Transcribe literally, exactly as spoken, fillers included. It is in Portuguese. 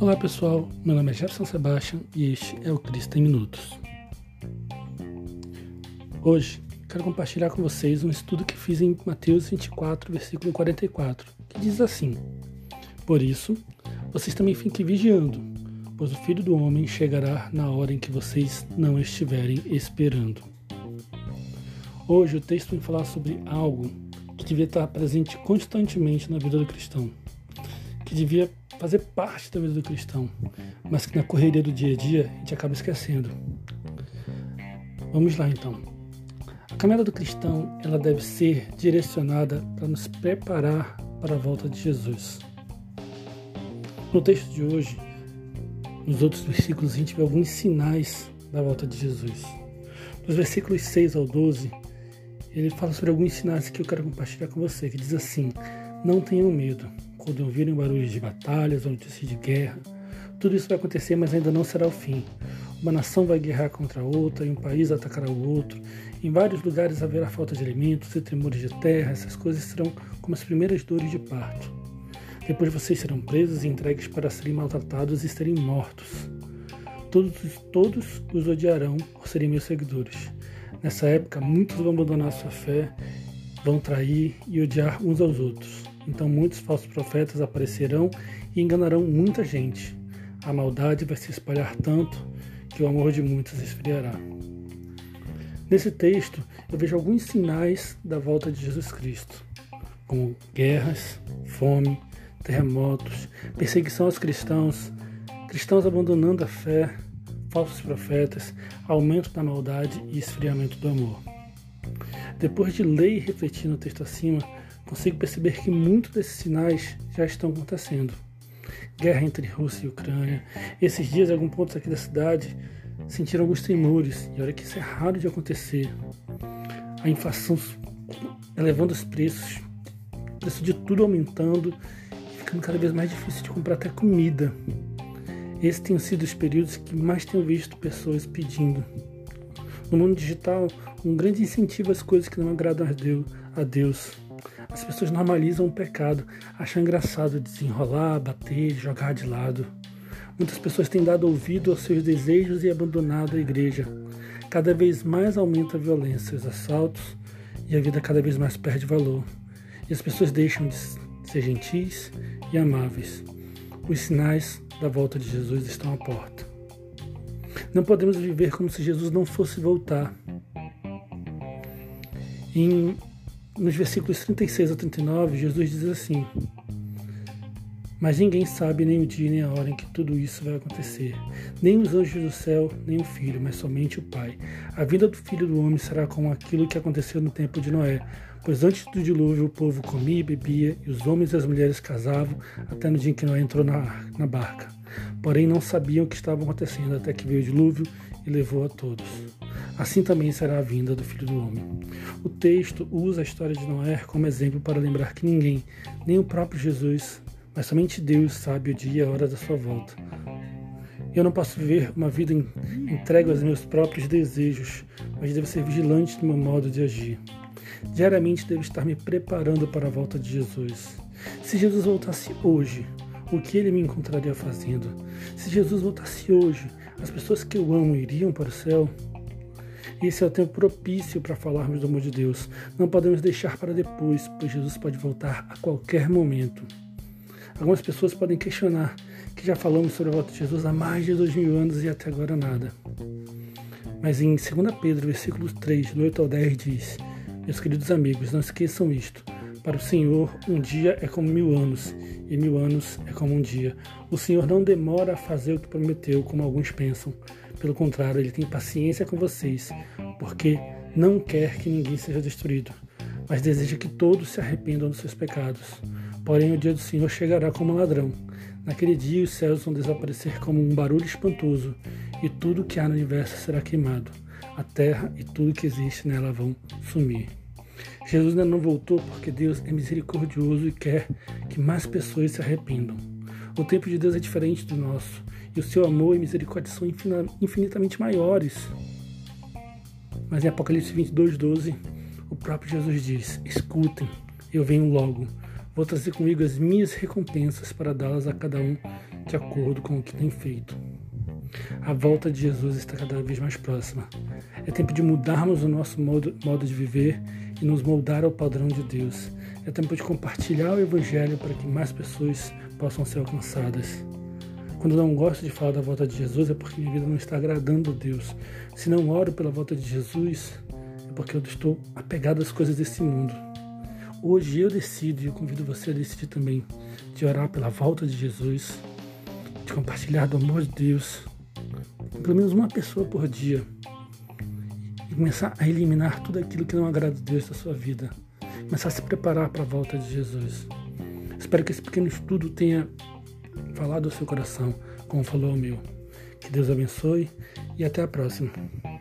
Olá pessoal, meu nome é Jefferson Sebastian e este é o Cristo em Minutos. Hoje quero compartilhar com vocês um estudo que fiz em Mateus vinte e quatro, versículo quarenta e quatro, que diz assim: Por isso, vocês também fiquem vigiando, pois o Filho do Homem chegará na hora em que vocês não estiverem esperando. Hoje o texto vem falar sobre algo que devia estar presente constantemente na vida do cristão, que devia fazer parte da vida do cristão, mas que na correria do dia a dia a gente acaba esquecendo. Vamos lá então. A caminhada do cristão ela deve ser direcionada para nos preparar para a volta de Jesus. No texto de hoje, nos outros versículos, a gente vê alguns sinais da volta de Jesus. Nos versículos seis ao doze, ele fala sobre alguns sinais que eu quero compartilhar com você, que diz assim: não tenham medo. Quando ouvirem barulhos de batalhas ou notícias de guerra, tudo isso vai acontecer, mas ainda não será o fim. Uma nação vai guerrear contra outra e um país atacará o outro. Em vários lugares haverá falta de alimentos e tremores de terra. Essas coisas serão como as primeiras dores de parto. Depois vocês serão presos e entregues para serem maltratados e serem mortos. Todos, todos os odiarão por serem meus seguidores. Nessa época, muitos vão abandonar sua fé, vão trair e odiar uns aos outros. Então muitos falsos profetas aparecerão e enganarão muita gente. A maldade vai se espalhar tanto que o amor de muitos esfriará. Nesse texto, eu vejo alguns sinais da volta de Jesus Cristo, como guerras, fome, terremotos, perseguição aos cristãos, cristãos abandonando a fé, falsos profetas, aumento da maldade e esfriamento do amor. Depois de ler e refletir no texto acima, consigo perceber que muitos desses sinais já estão acontecendo. Guerra entre Rússia e Ucrânia. Esses dias, em alguns pontos aqui da cidade, sentiram alguns tremores. E olha que isso é raro de acontecer. A inflação elevando os preços, o preço de tudo aumentando, e ficando cada vez mais difícil de comprar até comida. Esses têm sido os períodos que mais tenho visto pessoas pedindo. No mundo digital, um grande incentivo às coisas que não agradam a Deus. As pessoas normalizam o pecado, acham engraçado desenrolar, bater, jogar de lado. Muitas pessoas têm dado ouvido aos seus desejos e abandonado a igreja. Cada vez mais aumenta a violência, os assaltos, e a vida cada vez mais perde valor. E as pessoas deixam de ser gentis e amáveis. Os sinais da volta de Jesus estão à porta. Não podemos viver como se Jesus não fosse voltar. Em Nos versículos trinta e seis a trinta e nove, Jesus diz assim: Mas ninguém sabe nem o dia nem a hora em que tudo isso vai acontecer. Nem os anjos do céu, nem o Filho, mas somente o Pai. A vinda do Filho do Homem será como aquilo que aconteceu no tempo de Noé. Pois antes do dilúvio o povo comia e bebia, e os homens e as mulheres casavam, até no dia em que Noé entrou na, na barca. Porém não sabiam o que estava acontecendo, até que veio o dilúvio e levou a todos. Assim também será a vinda do Filho do Homem. O texto usa a história de Noé como exemplo para lembrar que ninguém, nem o próprio Jesus, mas somente Deus sabe o dia e a hora da sua volta. Eu não posso viver uma vida entregue aos meus próprios desejos, mas devo ser vigilante no meu modo de agir. Diariamente devo estar me preparando para a volta de Jesus. Se Jesus voltasse hoje, o que ele me encontraria fazendo? Se Jesus voltasse hoje, as pessoas que eu amo iriam para o céu? Esse é o tempo propício para falarmos do amor de Deus. Não podemos deixar para depois, pois Jesus pode voltar a qualquer momento. Algumas pessoas podem questionar que já falamos sobre a volta de Jesus há mais de dois mil anos e até agora nada. Mas em segunda Pedro, versículo três, do oito ao dez, diz: Meus queridos amigos, não esqueçam isto. Para o Senhor, um dia é como mil anos, e mil anos é como um dia. O Senhor não demora a fazer o que prometeu, como alguns pensam. Pelo contrário, Ele tem paciência com vocês, porque não quer que ninguém seja destruído, mas deseja que todos se arrependam dos seus pecados. Porém, o dia do Senhor chegará como um ladrão. Naquele dia, os céus vão desaparecer como um barulho espantoso, e tudo que há no universo será queimado. A terra e tudo que existe nela vão sumir. Jesus ainda não voltou porque Deus é misericordioso e quer que mais pessoas se arrependam. O tempo de Deus é diferente do nosso, e o seu amor e misericórdia são infinitamente maiores. Mas em Apocalipse vinte e dois, doze, o próprio Jesus diz: Escutem, eu venho logo. Vou trazer comigo as minhas recompensas para dá-las a cada um de acordo com o que tem feito. A volta de Jesus está cada vez mais próxima. É tempo de mudarmos o nosso modo, modo de viver e nos moldar ao padrão de Deus. É tempo de compartilhar o Evangelho para que mais pessoas possam ser alcançadas. Quando eu não gosto de falar da volta de Jesus é porque minha vida não está agradando a Deus. Se não oro pela volta de Jesus é porque eu estou apegado às coisas desse mundo. Hoje eu decido, e eu convido você a decidir também, de orar pela volta de Jesus, de compartilhar do amor de Deus, com pelo menos uma pessoa por dia, e começar a eliminar tudo aquilo que não agrada a Deus da sua vida, começar a se preparar para a volta de Jesus. Espero que esse pequeno estudo tenha falado ao seu coração, como falou ao meu. Que Deus abençoe e até a próxima.